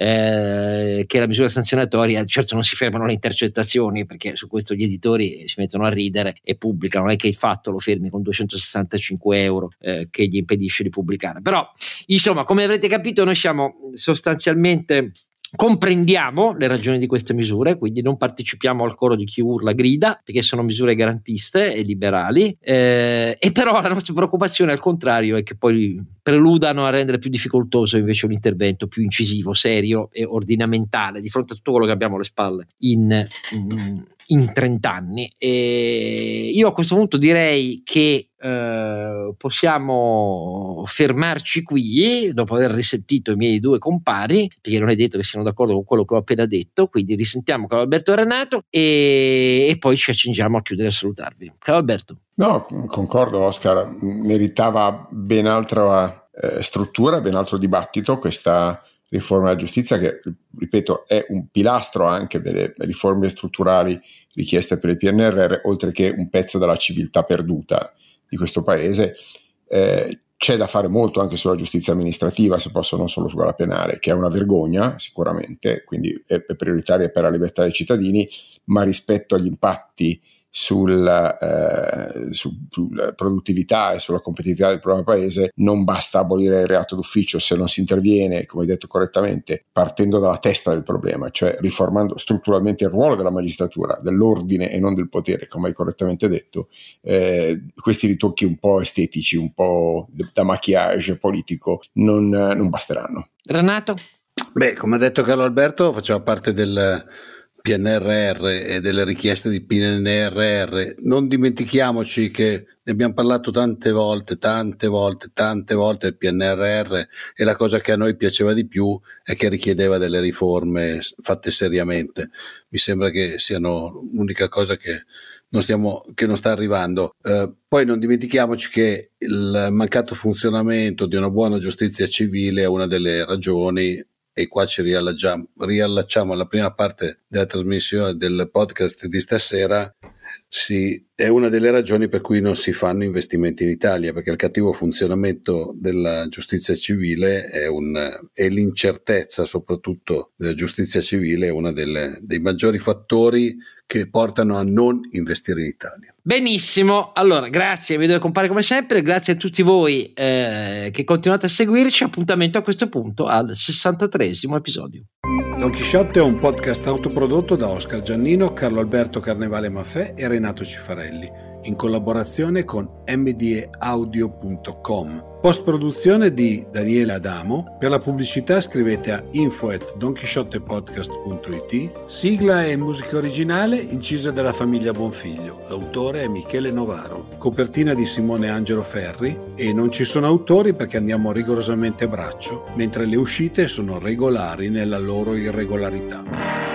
eh, che è la misura sanzionatoria, certo non si fermano le intercettazioni, perché su questo gli editori si mettono a ridere e pubblicano, non è che il fatto lo fermi con duecentosessantacinque euro eh, che gli impedisce di pubblicare. Però insomma, come avrete capito, noi siamo sostanzialmente comprendiamo le ragioni di queste misure, quindi non partecipiamo al coro di chi urla grida, perché sono misure garantiste e liberali, eh, e però la nostra preoccupazione al contrario è che poi preludano a rendere più difficoltoso invece un intervento più incisivo, serio e ordinamentale di fronte a tutto quello che abbiamo alle spalle in, in, in trent'anni. E io a questo punto direi che eh, possiamo fermarci qui dopo aver risentito i miei due compari, perché non è detto che siano d'accordo con quello che ho appena detto, quindi risentiamo Carlo Alberto Renato e, e poi ci accingiamo a chiudere e a salutarvi. Carlo Alberto. No, concordo Oscar, meritava ben altra eh, struttura, ben altro dibattito questa riforma della giustizia, che ripeto è un pilastro anche delle riforme strutturali richieste per il P N R R, oltre che un pezzo della civiltà perduta di questo paese. Eh, c'è da fare molto anche sulla giustizia amministrativa, se posso, non solo su quella penale, che è una vergogna sicuramente, quindi è, è prioritaria per la libertà dei cittadini, ma rispetto agli impatti sulla, eh, su, sulla produttività e sulla competitività del proprio paese, non basta abolire il reato d'ufficio se non si interviene, come hai detto correttamente, partendo dalla testa del problema, cioè riformando strutturalmente il ruolo della magistratura, dell'ordine e non del potere, come hai correttamente detto. Eh, questi ritocchi un po' estetici, un po' da maquillage politico non, non basteranno. Renato? Beh, come ha detto Carlo Alberto, faceva parte del P N R R e delle richieste di P N R R. Non dimentichiamoci che ne abbiamo parlato tante volte, tante volte, tante volte del P N R R, e la cosa che a noi piaceva di più è che richiedeva delle riforme fatte seriamente. Mi sembra che siano l'unica cosa che non stiamo, che non sta arrivando. Eh, poi non dimentichiamoci che il mancato funzionamento di una buona giustizia civile è una delle ragioni, e qua ci riallacciamo, riallacciamo alla prima parte della trasmissione del podcast di stasera. Sì, è una delle ragioni per cui non si fanno investimenti in Italia, perché il cattivo funzionamento della giustizia civile è un, e l'incertezza soprattutto della giustizia civile è uno dei maggiori fattori che portano a non investire in Italia. Benissimo, allora grazie ai miei due compari come sempre, grazie a tutti voi eh, che continuate a seguirci. Appuntamento a questo punto al sessantatreesimo episodio. Don Chisciotte è un podcast autoprodotto da Oscar Giannino, Carlo Alberto Carnevale Maffè e Renato Cifarelli, in collaborazione con m d e audio punto com. Post produzione di Daniele Adamo. Per la pubblicità scrivete a info at donchisciottepodcast punto it. Sigla e musica originale incisa dalla famiglia Bonfiglio. L'autore è Michele Novaro. Copertina di Simone Angelo Ferri, e non ci sono autori perché andiamo rigorosamente a braccio, mentre le uscite sono regolari nella loro irregolarità.